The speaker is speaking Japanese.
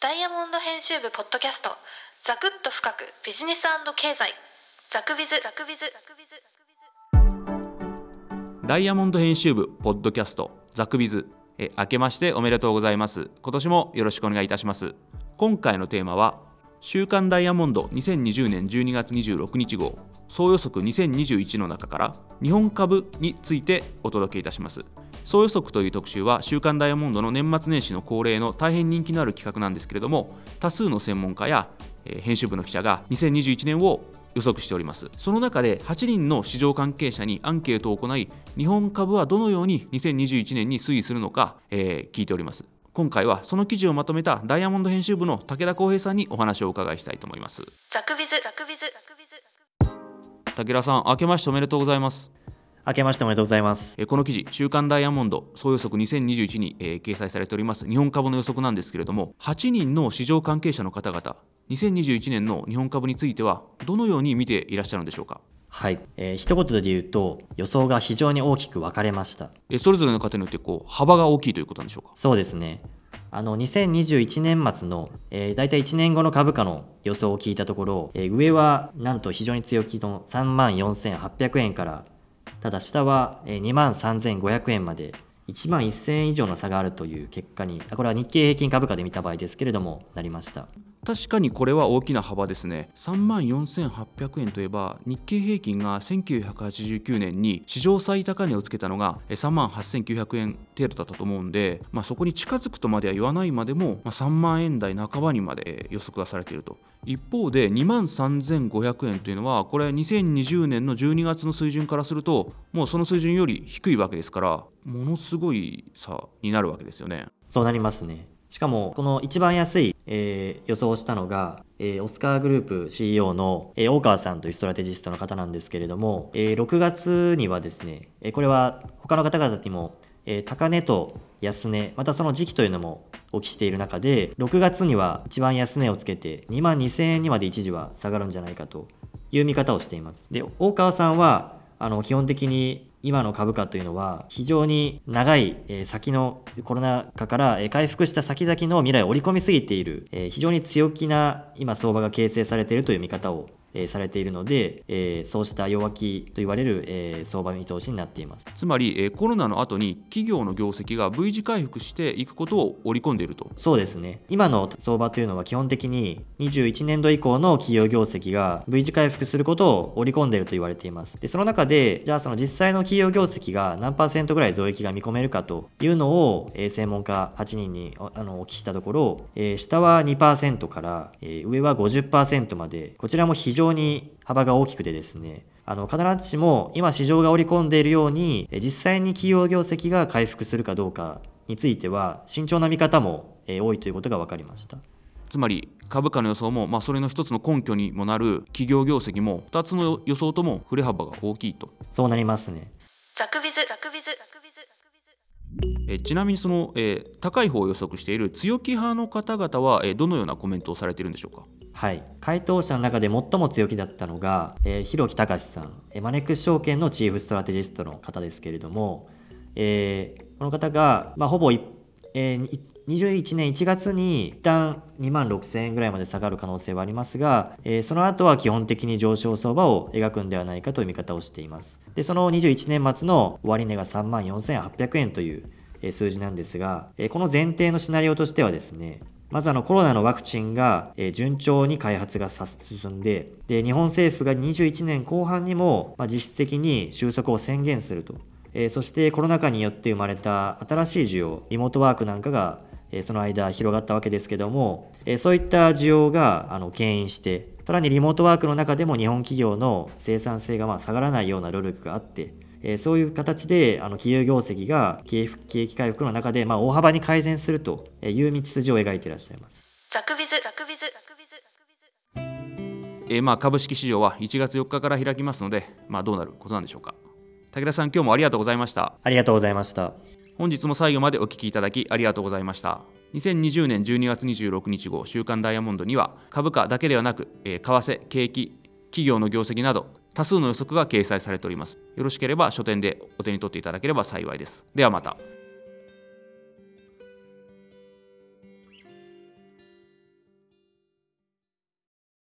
ダイヤモンド編集部ポッドキャスト、ザクッと深くビジネス&経済、ザクビズ。 ダイヤモンド編集部ポッドキャスト、ザクビズ。明けましておめでとうございます。今年もよろしくお願いいたします。今回のテーマは週刊ダイヤモンド2020年12月26日号総予測2021の中から日本株についてお届けいたします。総予測という特集は週刊ダイヤモンドの年末年始の恒例の大変人気のある企画なんですけれども、多数の専門家や編集部の記者が2021年を予測しております。その中で8人の市場関係者にアンケートを行い、日本株はどのように2021年に推移するのか、聞いております。今回はその記事をまとめたダイヤモンド編集部の武田浩平さんにお話をお伺いしたいと思います。 ザクビズ。 武田さん、明けましておめでとうございます。 明けましておめでとうございます。 この記事、週刊ダイヤモンド総予測2021に、掲載されております日本株の予測なんですけれども、8人の市場関係者の方々、2021年の日本株についてはどのように見ていらっしゃるんでしょうか。 はい、一言で言うと予想が非常に大きく分かれました。 それぞれの方によって幅が大きいということなんでしょうか。 そうですね。2021年末の、だいたい1年後の株価の予想を聞いたところ、上はなんと非常に強気の34,800円から、ただ下は23,500円まで11,000円以上の差があるという結果に、これは日経平均株価で見た場合ですけれどもなりました。 確かにこれは大きな幅ですね。34,800円といえば日経平均が1989年に史上最高値をつけたのが38,900円程度だったと思うんで、そこに近づくとまでは言わないまでも、3万円台半ばにまで予測がされていると。一方で23,500円というのは、これ2020年の12月の水準からするともうその水準より低いわけですから、ものすごい差になるわけですよね。 そうなりますね。しかもこの一番安い、予想をしたのが、オスカーグループ CEO の、大川さんというストラテジストの方なんですけれども、6月にはですね、これは他の方々にも、高値と安値、またその時期というのもお聞きしている中で、6月には一番安値をつけて22,000円にまで一時は下がるんじゃないかという見方をしています。で、大川さんは基本的に今の株価というのは非常に長い先のコロナ禍から回復した先々の未来を織り込みすぎている非常に強気な今相場が形成されているという見方をされているので、そうした弱気と言われる相場見通しになっています。 つまりコロナの後に企業の業績が V 字回復していくことを織り込んでいると。 そうですね。今の相場というのは基本的に21年度以降の企業業績が V 字回復することを織り込んでいると言われています。で、その中でじゃあその実際の企業業績が何%ぐらい増益が見込めるかというのを専門家8人にお聞きしたところ、下は 2% から上は 50% まで、こちらも非常に幅が大きくてですね、必ずしも今市場が織り込んでいるように実際に企業業績が回復するかどうかについては慎重な見方も多いということが分かりました。 つまり株価の予想も、それの一つの根拠にもなる企業業績も2つの予想とも振れ幅が大きいと。 そうなりますね。 ザクビズ。 ちなみにその、高い方を予測している強気派の方々は、どのようなコメントをされているんでしょうか。 はい、回答者の中で最も強気だったのが、広木隆さん、マネックス証券のチーフストラテジストの方ですけれども、この方が、ほぼ21年1月に一旦26,000円ぐらいまで下がる可能性はありますが、その後は基本的に上昇相場を描くんではないかという見方をしています。で、その21年末の終値が34,800円という数字なんですが、この前提のシナリオとしてはですね、まずコロナのワクチンが順調に開発が進んで、日本政府が21年後半にも実質的に収束を宣言すると。そしてコロナ禍によって生まれた新しい需要、リモートワークなんかがその間広がったわけですけども、そういった需要が牽引して、さらにリモートワークの中でも日本企業の生産性が下がらないような努力があって、そういう形で企業業績が景気回復の中で大幅に改善するという道筋を描いていらっしゃいます。 ザクビズ。 株式市場は1月4日から開きますので、どうなることなんでしょうか。武田さん、今日もありがとうございました。 ありがとうございました。 本日も最後までお聞きいただきありがとうございました。2020年12月26日号週刊ダイヤモンドには株価だけではなく、為替、景気、企業の業績など多数の予測が掲載されております。よろしければ書店でお手に取っていただければ幸いです。ではまた。